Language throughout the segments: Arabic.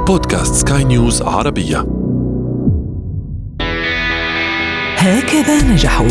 بودكاست سكاي نيوز عربية. هكذا نجحوا.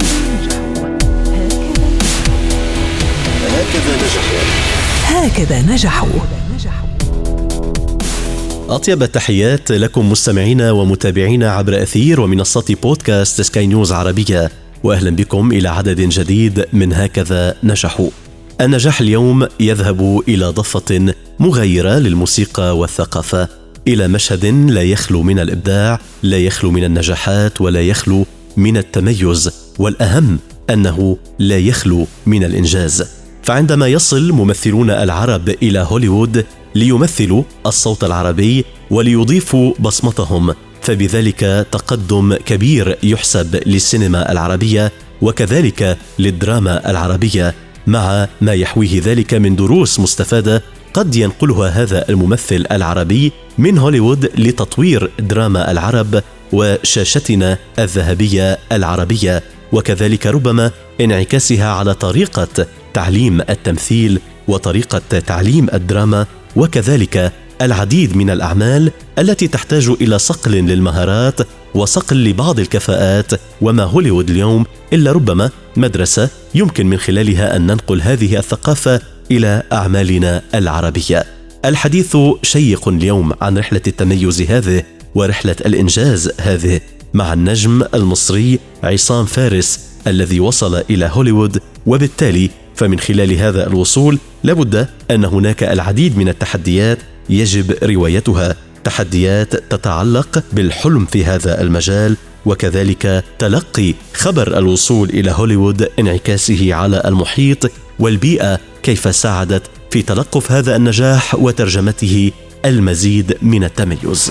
أطيب التحيات لكم مستمعينا ومتابعينا عبر أثير ومنصة بودكاست سكاي نيوز عربية، وأهلا بكم إلى عدد جديد من هكذا نجحوا. النجاح اليوم يذهب إلى ضفة مغايرة للموسيقى والثقافة، إلى مشهد لا يخلو من الإبداع، لا يخلو من النجاحات، ولا يخلو من التميز، والأهم أنه لا يخلو من الإنجاز. فعندما يصل ممثلون العرب إلى هوليوود ليمثلوا الصوت العربي وليضيفوا بصمتهم، فبذلك تقدم كبير يحسب للسينما العربية وكذلك للدراما العربية، مع ما يحويه ذلك من دروس مستفادة قد ينقلها هذا الممثل العربي من هوليوود لتطوير دراما العرب وشاشتنا الذهبية العربية، وكذلك ربما انعكاسها على طريقة تعليم التمثيل وطريقة تعليم الدراما، وكذلك العديد من الأعمال التي تحتاج إلى صقل للمهارات وصقل لبعض الكفاءات. وما هوليوود اليوم إلا ربما مدرسة يمكن من خلالها أن ننقل هذه الثقافة إلى أعمالنا العربية. الحديث شيق اليوم عن رحلة التميز هذه ورحلة الإنجاز هذه مع النجم المصري عصام فارس الذي وصل إلى هوليوود، وبالتالي فمن خلال هذا الوصول لابد أن هناك العديد من التحديات يجب روايتها، تحديات تتعلق بالحلم في هذا المجال، وكذلك تلقي خبر الوصول إلى هوليوود، انعكاسه على المحيط والبيئة كيف ساعدت في تلقف هذا النجاح وترجمته المزيد من التميز.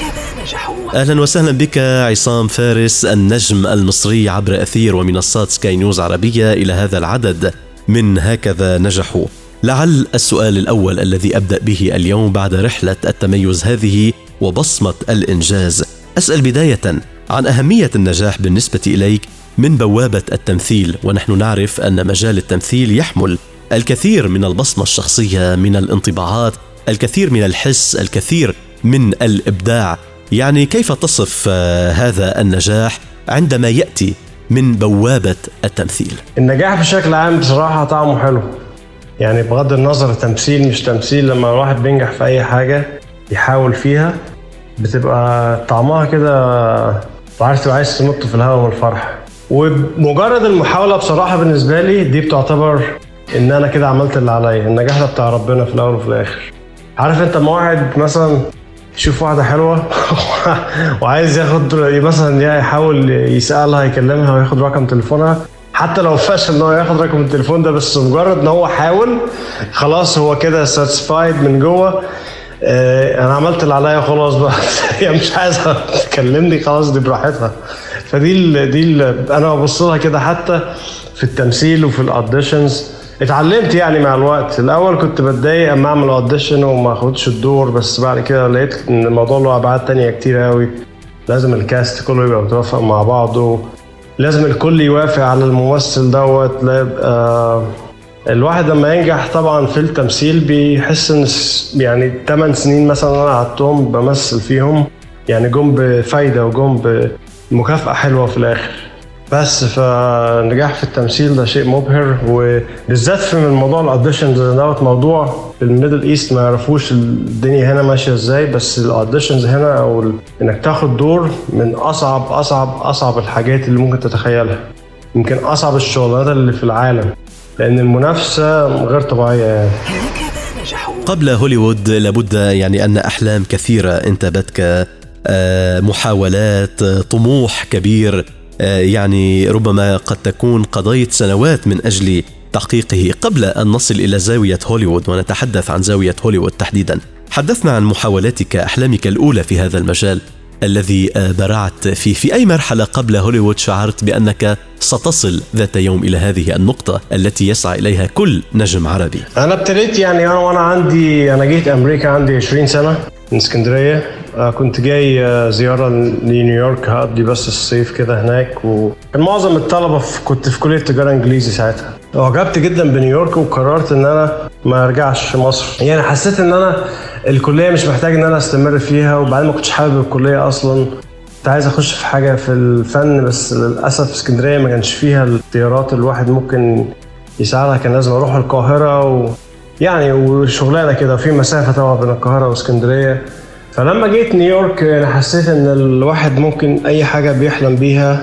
أهلا وسهلا بك عصام فارس النجم المصري عبر أثير ومنصات سكاي نيوز عربية إلى هذا العدد من هكذا نجحوا. لعل السؤال الأول الذي أبدأ به اليوم بعد رحلة التميز هذه وبصمة الإنجاز، أسأل بداية عن أهمية النجاح بالنسبة إليك من بوابة التمثيل، ونحن نعرف أن مجال التمثيل يحمل الكثير من البصمة الشخصية، من الانطباعات، الكثير من الحس، الكثير من الإبداع. يعني كيف تصف هذا النجاح عندما يأتي من بوابة التمثيل؟ النجاح بشكل عام بصراحة طعمه حلو، يعني بغض النظر تمثيل مش تمثيل، لما الواحد بينجح في أي حاجة يحاول فيها بتبقى طعمها كده وعارف تبقى عايز تنط في الهواء من الفرح. ومجرد المحاولة بصراحة بالنسبة لي دي بتعتبر إن أنا كده عملت اللي عليا. النجاح ده بتاع ربنا في الأول وفي الآخر. عارف أنت ما واحد مثلا يشوف واحدة حلوة وعايز ياخد مثلا يحاول يسألها يكلمها وياخد رقم تليفونها، حتى لو فشل ان هو ياخد رقم التليفون ده، بس مجرد ان هو حاول خلاص هو كده ساتسفايد من جوه. انا عملت اللي عليا خلاص بقى يعني مش عايز تكلمني خلاص دي براحتها. فدي انا ببص لها كده. حتى في التمثيل وفي الاوديشنز اتعلمت يعني مع الوقت. الاول كنت بتضايق اما اعمل اوديشن وما اخدش الدور، بس بعد كده لقيت ان الموضوع له ابعاد تانية كتير قوي. لازم الكاست كله يبقى متوافق مع بعضه، لازم الكل يوافق على الممثل دوت. الواحد لما ينجح طبعا في التمثيل بيحس ان يعني 8 سنين مثلا انا قعدتهم بمثل فيهم يعني جم بفايدة وجم بمكافأة حلوة في الاخر. بس فالنجاح في التمثيل ده شيء مبهر، وبالذات في من موضوع الاوديشنز دوت موضوع في الميدل ايست ما يعرفوش الدنيا هنا ماشيه ازاي. بس الاوديشنز هنا او انك تاخد دور من اصعب الحاجات اللي ممكن تتخيلها، يمكن اصعب الشغلات اللي في العالم، لان المنافسه غير طبيعيه يعني. قبل هوليوود لابد يعني ان احلام كثيره انتابتك، محاولات، طموح كبير، يعني ربما قد تكون قضيت سنوات من أجل تحقيقه قبل أن نصل إلى زاوية هوليوود، ونتحدث عن زاوية هوليوود تحديدا. حدثنا عن محاولاتك، أحلامك الأولى في هذا المجال الذي برعت فيه. في أي مرحلة قبل هوليوود شعرت بأنك ستصل ذات يوم إلى هذه النقطة التي يسعى إليها كل نجم عربي؟ أنا ابتديت يعني أنا جيت أمريكا عندي 20 سنة من اسكندرية. كنت جاي زيارة لنيويورك هقضي بس الصيف كده هناك، وكان معظم الطلبة كنت في كلية تجارة انجليزي ساعتها. وعجبت جدا بنيويورك وقررت ان انا ما ارجعش مصر. يعني حسيت ان انا الكليه مش محتاج ان انا استمر فيها، وبعدين ما كنتش حابب الكليه اصلا. كنت عايز اخش في حاجه في الفن، بس للاسف اسكندريه ما كانش فيها الاختيارات الواحد ممكن يساعدها. كان لازم اروح القاهره يعني وشغلانه كده في مسافه طبعا بين القاهره واسكندريه. فلما جيت نيويورك انا حسيت ان الواحد ممكن اي حاجه بيحلم بيها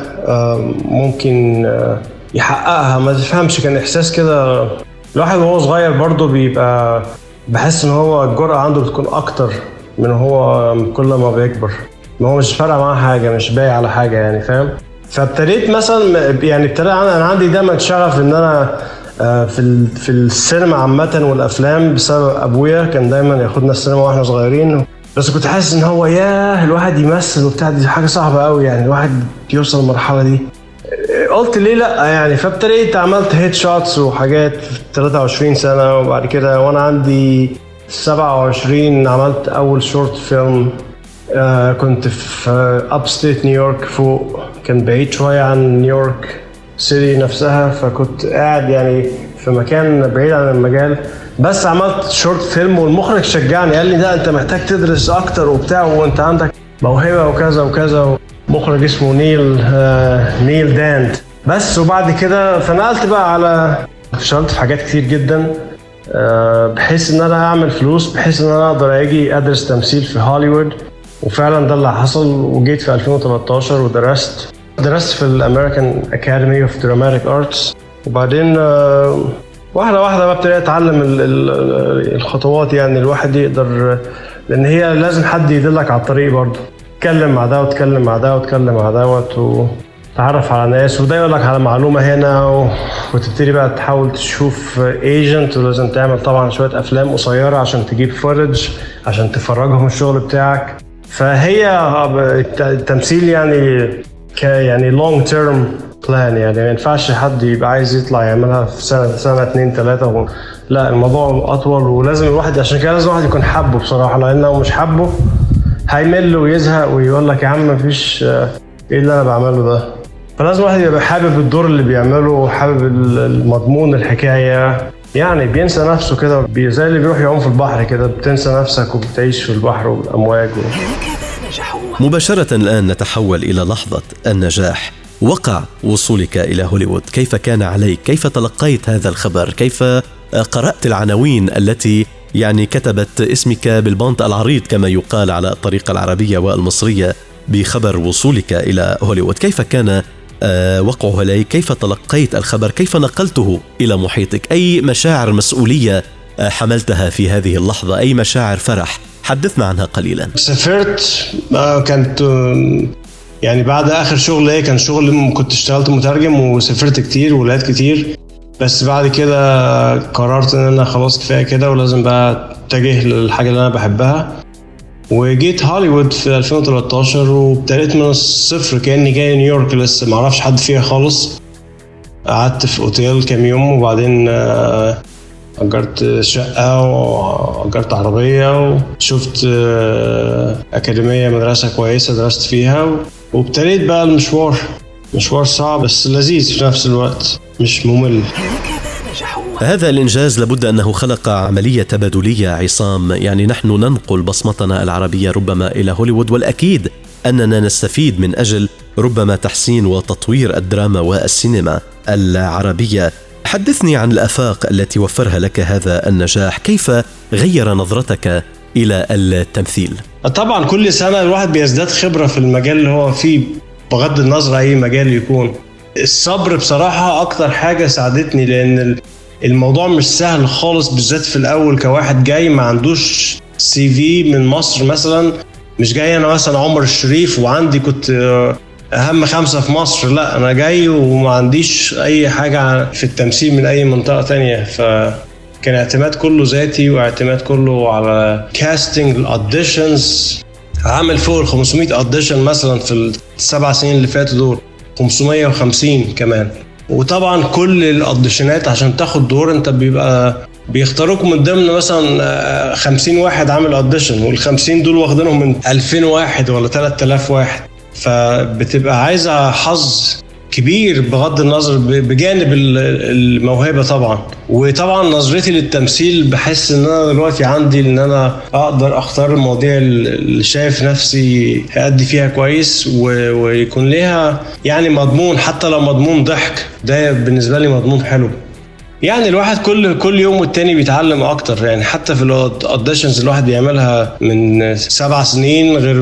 ممكن يحققها. ما تفهمش، كان احساس كده الواحد وهو صغير برضه بيبقى بحس ان هو الجرأة عنده بتكون اكتر من هو كل ما بيكبر. ما هو مش فارقه معاه حاجه، مش باقي على حاجه يعني، فاهم؟ فابتديت مثلا يعني انا عندي دايما شغف ان انا في السينما عامه والافلام بسبب ابويا. كان دايما ياخدنا السينما واحنا صغيرين، بس كنت حاسس ان هو الواحد يمثل وبتاع، دي حاجه صعبه قوي يعني الواحد يوصل للمرحله دي. قلت ليه لا يعني. فابتديت عملت هيت شوتس وحاجات في 23 سنه، وبعد كده وانا عندي 27 عملت اول شورت فيلم. كنت في ابستيت نيويورك فوق، كان بعيد شويه عن نيويورك سيتي نفسها، فكنت قاعد يعني في مكان بعيد عن المجال. بس عملت شورت فيلم والمخرج شجعني، قال لي ده انت محتاج تدرس اكتر وبتاع، وانت عندك موهبه وكذا وكذا. مخرج اسمه نيل دانت. بس وبعد كده فنقلت بقى على اشتغلت في حاجات كتير جدا بحيث ان انا اعمل فلوس، بحيث ان انا اقدر اجي ادرس تمثيل في هوليوود. وفعلا ده اللي حصل، وجيت في 2013 ودرست في الامريكان اكاديمي اوف دراماتيك ارتس. وبعدين واحده واحده بقى ابتديت اتعلم الخطوات يعني الواحد يقدر، لان هي لازم حد يدلك على الطريق برضه. تتكلم مع ده وتتكلم مع ده وتتكلم مع دوت وتعرف على ناس، وده يقول لك على معلومه هنا وتبتدي بقى تحاول تشوف ايجنت. ولازم تعمل طبعا شويه افلام قصيره عشان تجيب فورج عشان تفرجهم الشغل بتاعك. فهي التمثيل يعني لونج تيرم بلان، يعني ما ينفعش حد يبقى عايز يطلع يعملها في سنه 2 3. لا، الموضوع اطول، ولازم الواحد عشان كده لازم الواحد يكون حبه بصراحه، لانه لو مش حبه هيمل ويزهق ويقول لك يا عم مفيش ايه اللي انا بعمله ده. فلازم الواحد يبقى حابب الدور اللي بيعمله وحابب المضمون الحكايه. يعني بينسى نفسه كده، زي اللي بيروح يعوم في البحر كده، بتنسى نفسك وبتعيش في البحر والامواج مباشرة الآن نتحول إلى لحظة النجاح. وقع وصولك إلى هوليوود، كيف كان عليك؟ كيف تلقيت هذا الخبر؟ كيف قرأت العناوين التي يعني كتبت اسمك بالبنط العريض كما يقال على الطريقة العربية والمصرية بخبر وصولك إلى هوليوود؟ كيف كان وقعه عليك؟ كيف تلقيت الخبر؟ كيف نقلته إلى محيطك؟ أي مشاعر مسؤولية حملتها في هذه اللحظة؟ أي مشاعر فرح؟ حدثنا عنها قليلا. سافرت، كانت يعني بعد آخر شغل كان شغل كنت اشتغلت مترجم وسافرت كتير ولايات كتير. بس بعد كده قررت ان انا خلاص كفاية كده ولازم بقى اتجه للحاجة اللي انا بحبها. وجيت هوليوود في 2013 وابتديت من الصفر كأني جاي نيويورك لسه معرفش حد فيها خالص. قعدت في اوتيل كام يوم، وبعدين أجرت شقة وأجرت عربية وشفت أكاديمية مدرسة كويسة درست فيها، وابتديت بقى مشوار صعب بس لذيذ في نفس الوقت، مش ممل. هذا الإنجاز لابد أنه خلق عملية تبادلية عصام، يعني نحن ننقل بصمتنا العربية ربما إلى هوليوود، والأكيد أننا نستفيد من أجل ربما تحسين وتطوير الدراما والسينما العربية. حدثني عن الآفاق التي وفرها لك هذا النجاح، كيف غير نظرتك إلى التمثيل؟ طبعا كل سنة الواحد بيزداد خبرة في المجال اللي هو فيه، بغض النظر أي مجال يكون. الصبر بصراحة أكتر حاجة ساعدتني، لأن الموضوع مش سهل خالص، بالذات في الأول كواحد جاي ما عندوش CV من مصر مثلا. مش جاي أنا مثلا عمر الشريف وعندي كنت أهم 5 في مصر، لا أنا جاي وما عنديش أي حاجة في التمثيل من أي منطقة تانية. فكان اعتماد كله ذاتي واعتماد كله على كاستنج الأوديشنز. عامل فوق 500 أوديشن مثلا في ال7 سنين اللي فاتوا دول، 550 كمان. وطبعا كل الأوديشنات عشان تاخد دور انت بيختاروك من ضمن مثلا 50 واحد عامل أوديشن، وال50 دول واخدينهم من 2000 واحد ولا 3000 واحد. فبتبقى عايزة حظ كبير بغض النظر بجانب الموهبة طبعا. وطبعا نظرتي للتمثيل بحس ان انا دلوقتي عندي ان انا اقدر اختار المواضيع اللي شايف نفسي هأدي فيها كويس ويكون ليها يعني مضمون، حتى لو مضمون ضحك ده بالنسبة لي مضمون حلو. يعني الواحد كل يوم والتاني بيتعلم اكتر، يعني حتى في الاوديشنز الواحد بيعملها من 7 سنين غير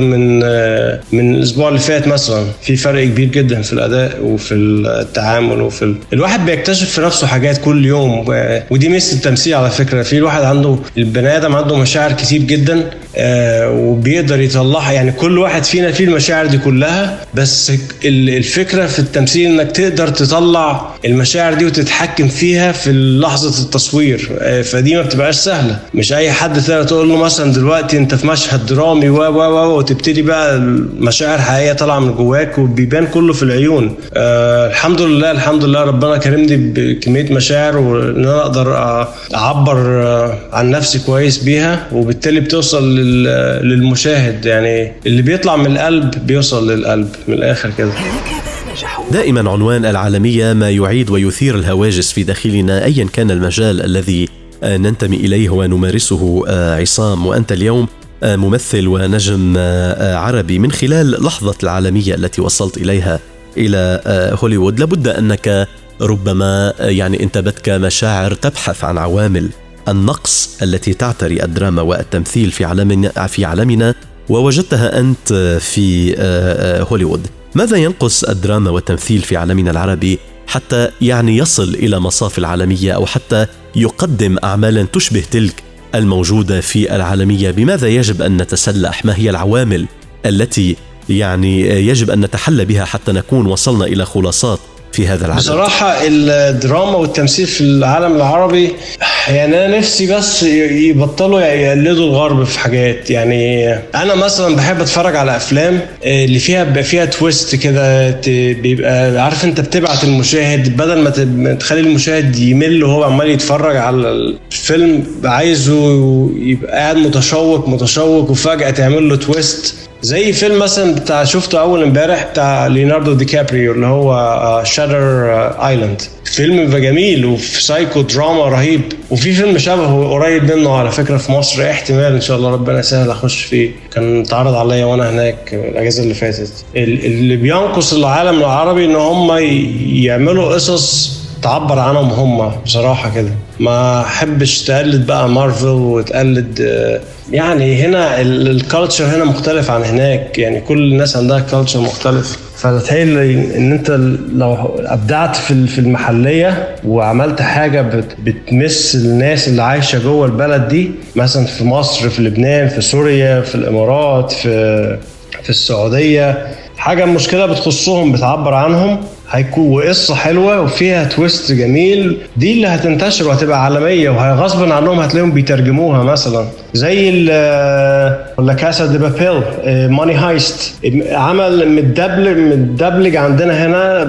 من الاسبوع اللي فات مثلا، في فرق كبير جدا في الاداء وفي التعامل الواحد بيكتشف في نفسه حاجات كل يوم. ودي مثل التمثيل على فكرة، في الواحد عنده البني ادم عنده مشاعر كتير جدا وبيقدر يطلعها، يعني كل واحد فينا فيه المشاعر دي كلها، بس الفكرة في التمثيل انك تقدر تطلع المشاعر دي وتتحكم فيها في لحظة التصوير. فدي ما بتبقاش سهلة، مش اي حد تقدر تقول له مثلا دلوقتي انت في مشهد درامي وتبتدي بقى المشاعر حقيقية طالعة من جواك وبيبان كله في العيون. الحمد لله ربنا كرمني بكمية مشاعر وان انا اقدر اعبر عن نفسي كويس بيها، وبالتالي بتوصل للمشاهد، يعني اللي بيطلع من القلب بيوصل للقلب من الاخر كده. دائما عنوان العالمية ما يعيد ويثير الهواجس في داخلنا أيا كان المجال الذي ننتمي إليه ونمارسه. عصام، وأنت اليوم ممثل ونجم عربي، من خلال لحظة العالمية التي وصلت إليها إلى هوليوود لابد أنك ربما يعني انتابتك مشاعر تبحث عن عوامل النقص التي تعتري الدراما والتمثيل في عالمنا ووجدتها أنت في هوليوود. ماذا ينقص الدراما والتمثيل في عالمنا العربي حتى يعني يصل إلى مصاف العالمية، أو حتى يقدم أعمالا تشبه تلك الموجودة في العالمية؟ بماذا يجب أن نتسلح؟ ما هي العوامل التي يعني يجب أن نتحلى بها حتى نكون وصلنا إلى خلاصات في هذا العالم؟ بصراحة الدراما والتمثيل في العالم العربي يعني أنا نفسي بس يبطلوا يقلدوا الغرب في حاجات. يعني أنا مثلا بحب أتفرج على أفلام اللي فيها تويست كده، بيبقى عارف أنت بتبعت المشاهد بدل ما تخلي المشاهد يمل وهو عمال يتفرج على الفيلم، عايزه يبقى قاعد متشوق وفجأة تعمل له تويست. زي فيلم مثلا بتاع شفته اول امبارح بتاع ليوناردو دي كابريو اللي هو شاتر ايلاند، فيلم جميل وفي سايكو دراما رهيب. وفي فيلم شبهه قريب منه على فكرة في مصر، احتمال ان شاء الله ربنا يسهل اخش فيه، كان اتعرض عليا وانا هناك الاجازة اللي فاتت. اللي بينقص العالم العربي ان هم يعملوا قصص تعبر عنهم هم بصراحة كده. ما حبش تقلد بقى مارفل وتقلد، يعني هنا الكالتشر هنا مختلف عن هناك، يعني كل الناس عندها كالتشر مختلف. فتخيل ان انت لو ابدعت في المحلية وعملت حاجة بتمس الناس اللي عايشة جوه البلد دي، مثلا في مصر، في لبنان، في سوريا، في الامارات، في السعودية، حاجة مشكلة بتخصهم بتعبر عنهم، هيكون قصة حلوة وفيها تويست جميل، دي اللي هتنتشر وهتبقى عالمية، وغصبا عنهم هتلاقيهم بيترجموها. مثلا زي لا كاسا دي بابيل، ماني هايست، عمل متدبلج عندنا هنا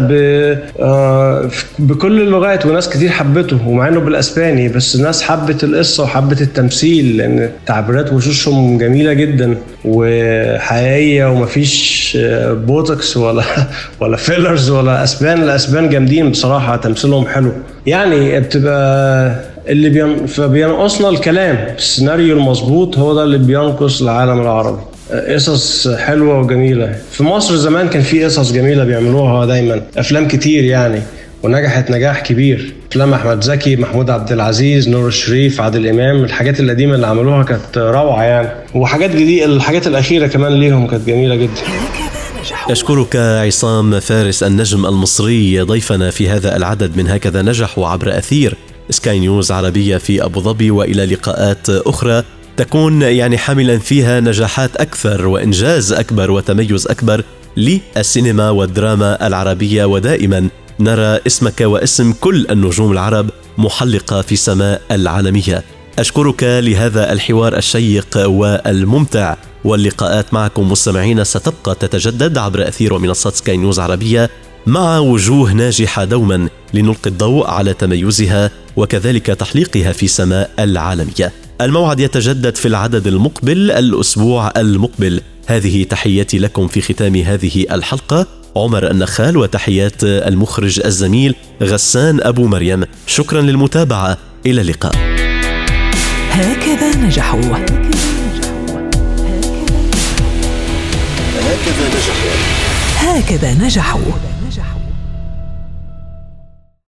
بكل اللغات وناس كتير حبته، ومع انه بالاسباني بس الناس حبت القصة وحبت التمثيل لان تعبيرات وشوشهم جميلة جدا وحقيقية ومفيش بوتوكس ولا فيلرز ولا الاسبان جامدين بصراحة، تمثيلهم حلو. يعني بتبقى اللي بينقصنا الكلام، السيناريو المظبوط هو ده اللي بينقص العالم العربي. قصص حلوة وجميلة. في مصر زمان كان في قصص جميلة بيعملوها دايما، افلام كتير يعني ونجحت نجاح كبير. افلام احمد زكي، محمود عبد العزيز، نور الشريف، عادل امام، الحاجات القديمة اللي عملوها كانت روعة يعني. وحاجات جديدة، الحاجات الاخيرة كمان ليهم كانت جميلة جدا. أشكرك عصام فارس النجم المصري ضيفنا في هذا العدد من هكذا نجحوا عبر أثير سكاي نيوز عربية في أبو ظبي، وإلى لقاءات أخرى تكون يعني حاملا فيها نجاحات أكثر وإنجاز أكبر وتميز أكبر للسينما والدراما العربية، ودائما نرى اسمك واسم كل النجوم العرب محلقة في سماء العالمية. أشكرك لهذا الحوار الشيق والممتع، واللقاءات معكم مستمعين ستبقى تتجدد عبر أثير ومنصات سكاي نيوز عربية مع وجوه ناجحة دوما لنلقي الضوء على تميزها وكذلك تحليقها في سماء العالمية. الموعد يتجدد في العدد المقبل الأسبوع المقبل. هذه تحياتي لكم في ختام هذه الحلقة، عمر النخال، وتحيات المخرج الزميل غسان أبو مريم. شكرا للمتابعة، إلى اللقاء. هكذا نجحوا. هكذا نجحوا.